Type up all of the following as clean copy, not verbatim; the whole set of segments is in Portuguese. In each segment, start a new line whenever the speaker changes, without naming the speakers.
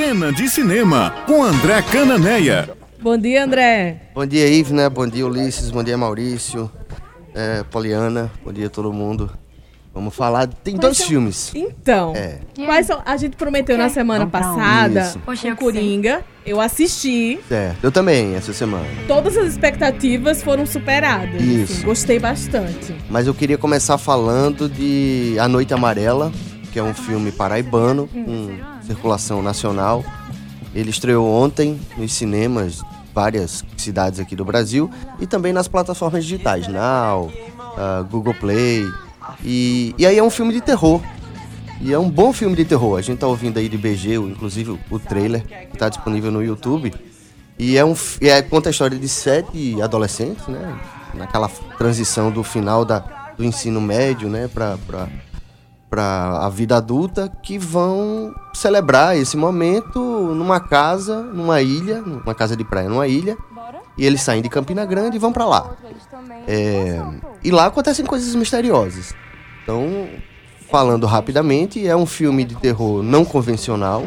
Cena de Cinema, com André Cananeia.
Bom dia, André.
Bom dia, Ivna. Bom dia, Ulisses. Bom dia, Maurício. Poliana. Bom dia a todo mundo. Vamos falar... Tem dois filmes.
Então, quais são? A gente prometeu na semana passada o Coringa. Eu assisti.
Eu também, essa semana.
Todas as expectativas foram superadas.
Isso.
Assim, gostei bastante.
Mas eu queria começar falando de A Noite Amarela, que é um filme paraibano, com circulação nacional. Ele estreou ontem nos cinemas, várias cidades aqui do Brasil, e também nas plataformas digitais, Now, Google Play. E aí é um filme de terror. E é um bom filme de terror. A gente tá ouvindo aí de BG, inclusive o trailer, que tá disponível no YouTube. E conta a história de 7 adolescentes, né? Naquela transição do final do ensino médio, né? Pra a vida adulta, que vão celebrar esse momento numa casa, numa ilha, numa casa de praia, numa ilha. E eles saem de Campina Grande e vão pra lá. E lá acontecem coisas misteriosas. Então, falando rapidamente, é um filme de terror não convencional.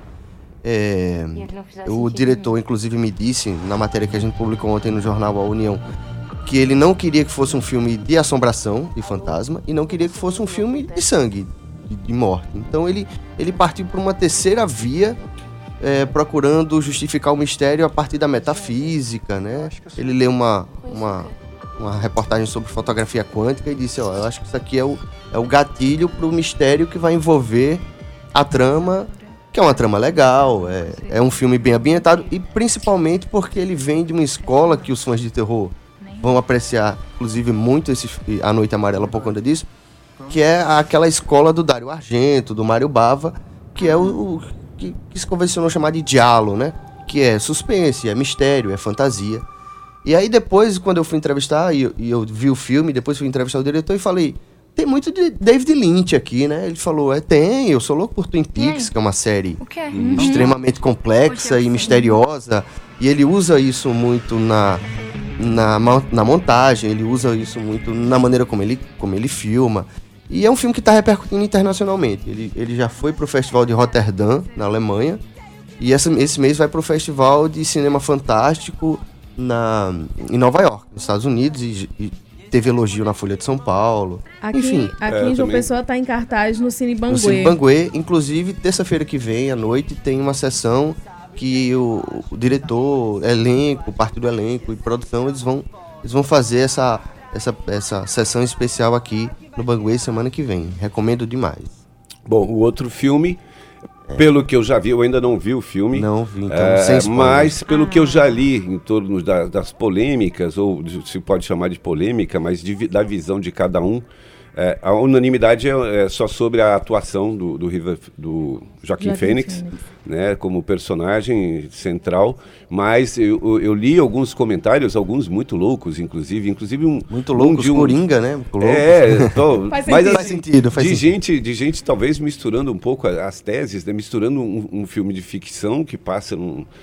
O diretor, inclusive, me disse, na matéria que a gente publicou ontem no jornal A União, que ele não queria que fosse um filme de assombração, de fantasma, e não queria que fosse um filme de sangue, de morte. Então ele partiu por uma terceira via, procurando justificar o mistério a partir da metafísica, né? Ele leu uma reportagem sobre fotografia quântica e disse, eu acho que isso aqui é o gatilho para o mistério que vai envolver a trama, que é uma trama legal, é um filme bem ambientado, e principalmente porque ele vem de uma escola que os fãs de terror vão apreciar, inclusive, muito A Noite Amarela por conta disso, que é aquela escola do Dario Argento, do Mário Bava, que é o que se convencionou chamar de giallo, né? Que é suspense, é mistério, é fantasia. E aí depois, quando eu fui entrevistar, e eu vi o filme, depois fui entrevistar o diretor e falei, tem muito de David Lynch aqui, né? Ele falou, eu sou louco por Twin Peaks, que é uma série extremamente complexa e misteriosa, e ele usa isso muito na montagem, ele usa isso muito na maneira como ele filma. E é um filme que está repercutindo internacionalmente. Ele já foi para o Festival de Roterdã, na Alemanha, e esse mês vai para o Festival de Cinema Fantástico em Nova York, nos Estados Unidos, e teve elogio na Folha de São Paulo. Enfim.
Aqui em João Pessoa está em cartaz no Cine Banguê.
No Cine Banguê, inclusive, terça-feira que vem, à noite, tem uma sessão que o diretor, elenco, parte do elenco e produção, eles vão fazer essa sessão especial aqui no Banguê semana que vem. Recomendo demais.
Bom, o outro filme, pelo que eu já vi, eu ainda não vi o filme.
Não vi, então, sem spoiler.
Mas pelo que eu já li em torno das polêmicas, ou se pode chamar de polêmica, mas da visão de cada um, a unanimidade é só sobre a atuação do Joaquim Fênix, né, como personagem central, mas eu li alguns comentários, alguns muito loucos, inclusive
muito loucos, Coringa, né?
Faz
sentido.
De gente talvez misturando um pouco as teses, né, misturando um filme de ficção que passa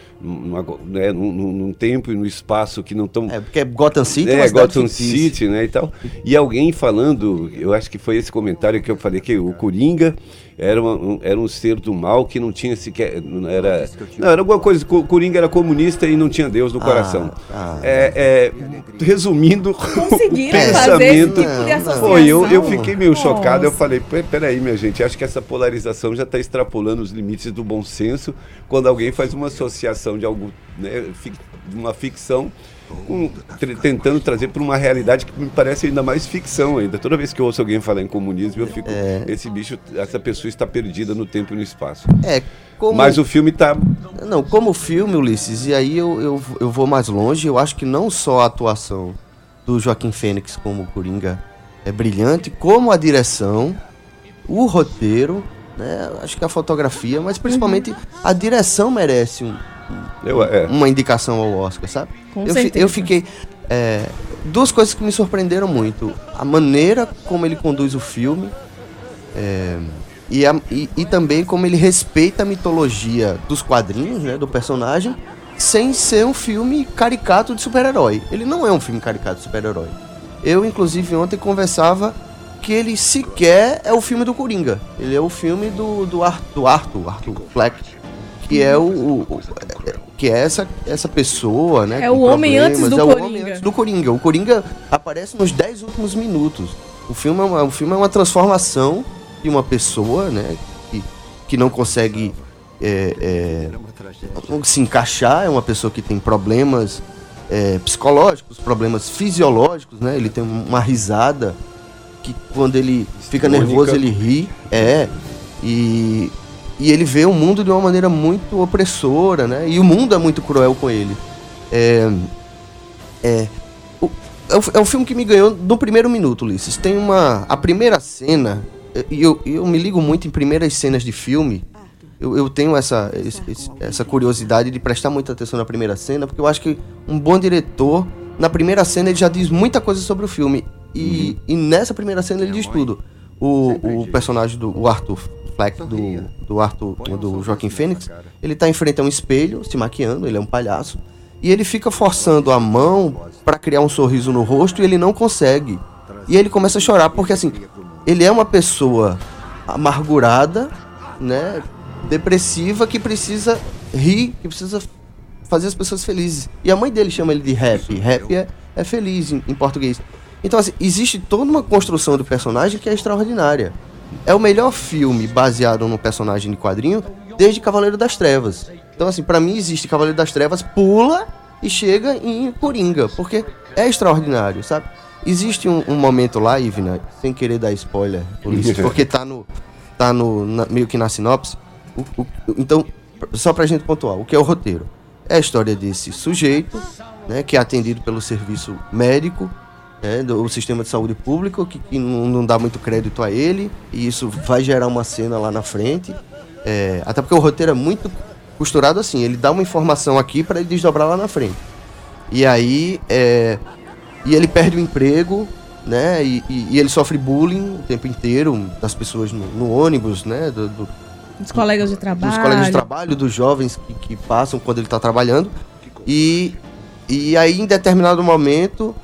num tempo e no espaço que não estão...
porque é Gotham City,
Gotham City, né, e tal. E alguém falando, eu acho que foi esse comentário que eu falei, que o Coringa era um ser do mal que não tinha sequer... Era alguma coisa, o Coringa era comunista e não tinha Deus no coração. Resumindo,
conseguiram
o
fazer esse
pensamento...
tipo de associação.
Eu fiquei meio chocado, eu falei, peraí, minha gente, acho que essa polarização já está extrapolando os limites do bom senso quando alguém faz uma associação de algo, né, de uma ficção, tentando trazer para uma realidade que me parece ainda mais ficção ainda. Toda vez que eu ouço alguém falar em comunismo, eu fico, essa pessoa está perdida no tempo e no espaço. Mas o filme está...
Não, como filme, Ulisses, e aí eu vou mais longe, eu acho que não só a atuação do Joaquim Fênix como Coringa é brilhante, como a direção, o roteiro, né, acho que a fotografia, mas principalmente a direção merece uma indicação ao Oscar, sabe? Eu fiquei... duas coisas que me surpreenderam muito. A maneira como ele conduz o filme e também como ele respeita a mitologia dos quadrinhos, né, do personagem, sem ser um filme caricato de super-herói. Ele não é um filme caricato de super-herói. Eu, inclusive, ontem conversava que ele sequer é o filme do Coringa. Ele é o filme do Arthur Fleck. que é essa pessoa, né?
É o homem antes do Coringa.
O homem antes do Coringa. O Coringa aparece nos 10 últimos minutos. O filme é uma transformação de uma pessoa, né? Que não consegue se encaixar. É uma pessoa que tem problemas psicológicos, problemas fisiológicos, né? Ele tem uma risada que quando ele fica nervoso ele ri. E ele vê o mundo de uma maneira muito opressora, né? E o mundo é muito cruel com ele. É um filme que me ganhou no primeiro minuto, Ulisses. Tem a primeira cena, e eu me ligo muito em primeiras cenas de filme. Eu tenho essa curiosidade de prestar muita atenção na primeira cena, porque eu acho que um bom diretor, na primeira cena, ele já diz muita coisa sobre o filme. E nessa primeira cena ele diz tudo. O personagem do Arthur Fleck, do Joaquin Phoenix, ele tá em frente a um espelho, se maquiando, ele é um palhaço, e ele fica forçando a mão para criar um sorriso no rosto e ele não consegue. E ele começa a chorar, porque assim, ele é uma pessoa amargurada, né, depressiva, que precisa rir, que precisa fazer as pessoas felizes. E a mãe dele chama ele de Happy. Happy é feliz em português. Então assim, existe toda uma construção do personagem que é extraordinária. É o melhor filme baseado num personagem de quadrinho desde Cavaleiro das Trevas. Então assim, pra mim existe Cavaleiro das Trevas, pula e chega em Coringa, porque é extraordinário, sabe? Existe um momento lá, Ivna, sem querer dar spoiler, porque tá meio que na sinopse. Então, só pra gente pontuar, o que é o roteiro? É a história desse sujeito, né, que é atendido pelo serviço médico, do sistema de saúde público, que não dá muito crédito a ele, e isso vai gerar uma cena lá na frente, até porque o roteiro é muito costurado assim, ele dá uma informação aqui para ele desdobrar lá na frente. E aí, e ele perde o emprego, né, e ele sofre bullying o tempo inteiro, das pessoas no ônibus, né,
dos colegas de trabalho.
Dos colegas de trabalho, dos jovens que passam quando ele está trabalhando. E aí, em determinado momento,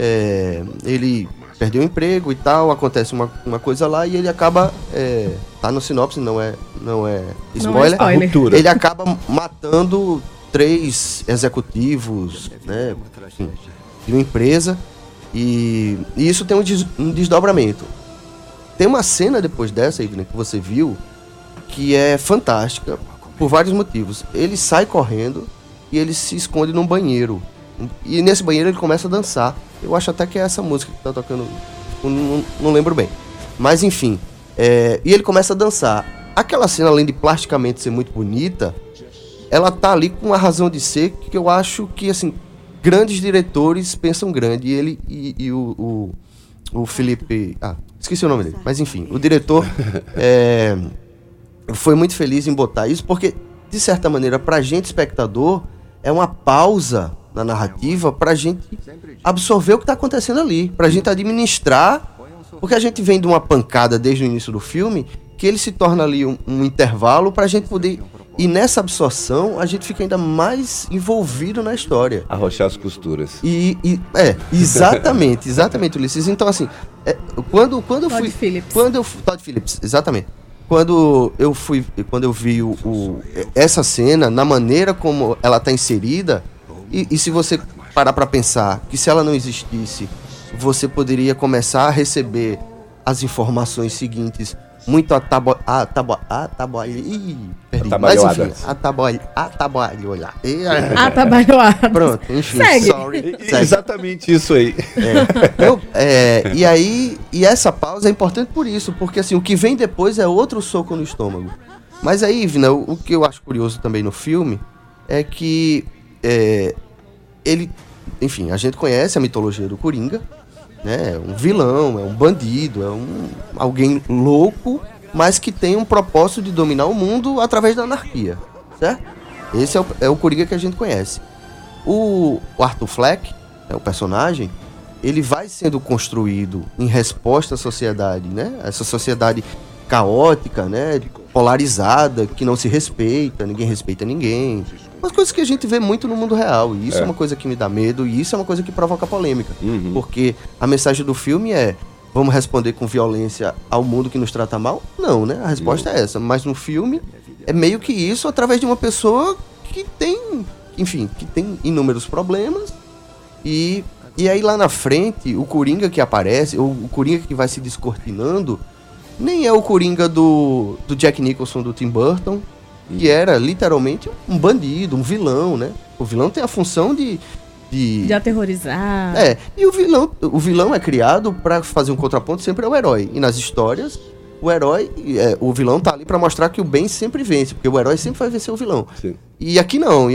ele perdeu o emprego e tal, acontece uma coisa lá e ele acaba, tá no sinopse, não é spoiler.
Não é spoiler.
Ele acaba matando 3 executivos, né, de uma empresa, e isso tem um desdobramento. Tem uma cena depois dessa, Ivna, que você viu, que é fantástica por vários motivos. Ele sai correndo e ele se esconde num banheiro. E nesse banheiro ele começa a dançar. Eu acho até que é essa música que tá tocando, não lembro bem. Mas enfim, e ele começa a dançar. Aquela cena, além de plasticamente ser muito bonita, ela tá ali com uma razão de ser que eu acho que, assim, grandes diretores pensam grande. E ele e o Felipe... esqueci o nome dele. Mas enfim, o diretor foi muito feliz em botar isso, porque, de certa maneira, pra gente, espectador, é uma pausa na narrativa pra gente absorver o que tá acontecendo ali, pra gente administrar, porque a gente vem de uma pancada desde o início do filme, que ele se torna ali um intervalo pra gente poder... E nessa absorção, a gente fica ainda mais envolvido na história.
Arrochar as costuras.
Exatamente, Ulisses. Então, assim, quando eu fui... Todd Phillips, exatamente. Quando eu vi essa cena, na maneira como ela tá inserida, e se você parar pra pensar que se ela não existisse, você poderia começar a receber as informações seguintes muito atabalhoada. Pronto, enfim.
Segue.
Exatamente isso aí.
E aí, essa pausa é importante por isso, porque assim, o que vem depois é outro soco no estômago. Mas aí, Ivna, o que eu acho curioso também no filme é que ele, enfim, a gente conhece a mitologia do Coringa, né? É um vilão, é um bandido, alguém louco, mas que tem um propósito de dominar o mundo através da anarquia, certo? Esse é o Coringa que a gente conhece. O Arthur Fleck, o personagem, ele vai sendo construído em resposta à sociedade, né? Essa sociedade caótica, né? Polarizada, que não se respeita, ninguém respeita ninguém. Umas coisas que a gente vê muito no mundo real. E isso é uma coisa que me dá medo, e isso é uma coisa que provoca polêmica. Porque a mensagem do filme é: vamos responder com violência ao mundo que nos trata mal? Não, né? A resposta é essa. Mas no filme é meio que isso através de uma pessoa que tem, enfim, que tem inúmeros problemas. E aí lá na frente, o Coringa que aparece, o Coringa que vai se descortinando, nem é o Coringa do Jack Nicholson, do Tim Burton, que era literalmente um bandido, um vilão, né? O vilão tem a função de
aterrorizar.
E o vilão é criado pra fazer um contraponto sempre ao herói. E nas histórias, o vilão tá ali pra mostrar que o bem sempre vence, porque o herói sempre vai vencer o vilão.
Sim.
E aqui não,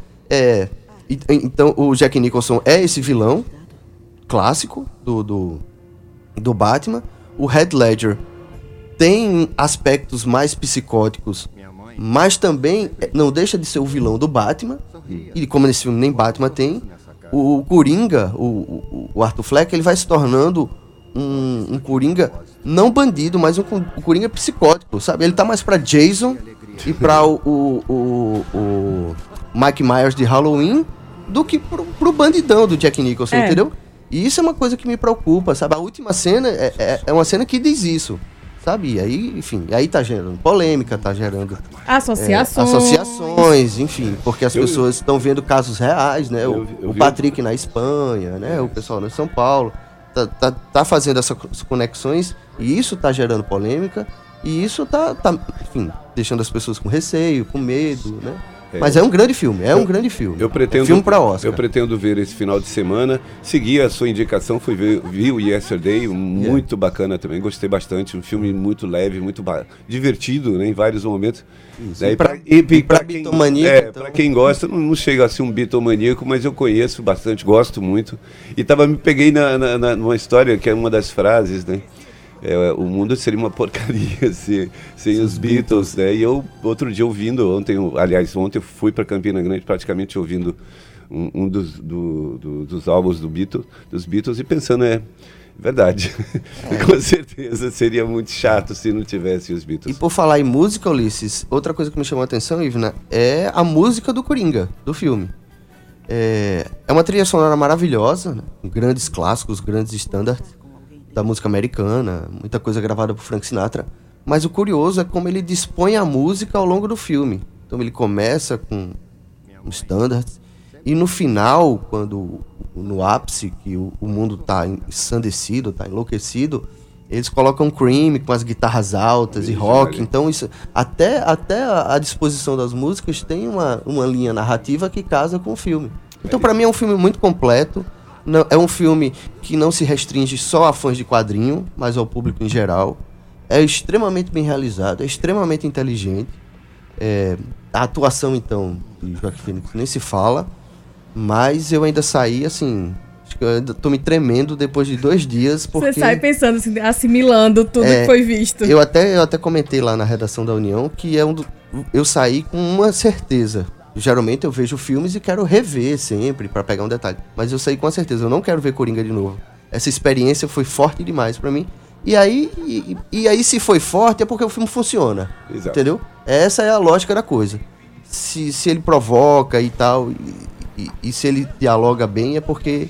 então o Jack Nicholson é esse vilão clássico do Batman. O Heath Ledger tem aspectos mais psicóticos, mas também não deixa de ser o vilão do Batman. E como nesse filme nem Batman tem, o Coringa, o Arthur Fleck, ele vai se tornando um Coringa não bandido, mas um Coringa psicótico, sabe? Ele tá mais pra Jason e pra o Mike Myers de Halloween do que pro bandidão do Jack Nicholson, entendeu? E isso é uma coisa que me preocupa, sabe? A última cena é uma cena que diz isso, sabe? E aí, enfim, aí tá gerando polêmica, tá gerando associações, enfim, porque as pessoas estão vendo casos reais, né? O Patrick na Espanha, né? O pessoal no São Paulo tá fazendo essas conexões, e isso tá gerando polêmica, e isso tá enfim, deixando as pessoas com receio, com medo, né? Mas é um grande filme, um grande filme. Filme pra Oscar.
Eu pretendo ver esse final de semana, seguir a sua indicação, vi o Yesterday, muito bacana também, gostei bastante, um filme muito leve, muito divertido, né, em vários momentos. Pra quem gosta, não chega a ser um bitomaníaco, mas eu conheço bastante, gosto muito. E me peguei numa história que é uma das frases, né? O mundo seria uma porcaria sem os Beatles, né? E eu, outro dia ontem eu fui para Campina Grande praticamente ouvindo um dos álbuns dos Beatles e pensando, verdade, com certeza seria muito chato se não tivesse os Beatles.
E por falar em música, Ulisses, outra coisa que me chamou a atenção, Ivna, é a música do Coringa, do filme. É uma trilha sonora maravilhosa, né? Grandes clássicos, grandes standards da música americana, muita coisa gravada por Frank Sinatra, mas o curioso é como ele dispõe a música ao longo do filme. Então ele começa com standards, e no final, no ápice, que o mundo tá ensandecido, tá enlouquecido, eles colocam Cream com as guitarras altas e rock. Então isso, até a disposição das músicas tem uma linha narrativa que casa com o filme. Então para mim é um filme muito completo. É um filme que não se restringe só a fãs de quadrinho, mas ao público em geral. É extremamente bem realizado, é extremamente inteligente. A atuação, então, de Joaquin Phoenix nem se fala, mas eu ainda saí, assim, acho que eu ainda tô me tremendo depois de 2 dias, porque...
Você sai pensando, assim, assimilando tudo que foi visto.
Eu até comentei lá na redação da União que eu saí com uma certeza. Geralmente eu vejo filmes e quero rever sempre pra pegar um detalhe. Mas eu saí com a certeza, eu não quero ver Coringa de novo. Essa experiência foi forte demais pra mim. E aí se foi forte é porque o filme funciona. Exato. Entendeu? Essa é a lógica da coisa. Se ele provoca e tal, e se ele dialoga bem é porque...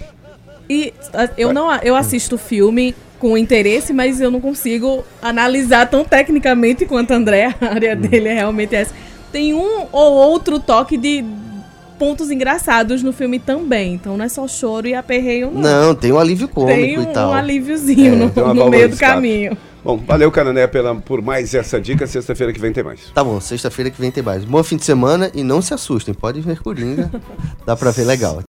Eu assisto o filme com interesse, mas eu não consigo analisar tão tecnicamente quanto a André. A área dele é realmente essa. Tem um ou outro toque de pontos engraçados no filme também. Então não é só choro e aperreio, não.
Não, tem um alívio cômico e tal.
Tem um alíviozinho no meio do caminho.
Bom, valeu, Canané, por mais essa dica. Sexta-feira que vem tem mais.
Tá bom, sexta-feira que vem tem mais. Bom fim de semana e não se assustem. Pode ver Coringa. Dá pra ver legal.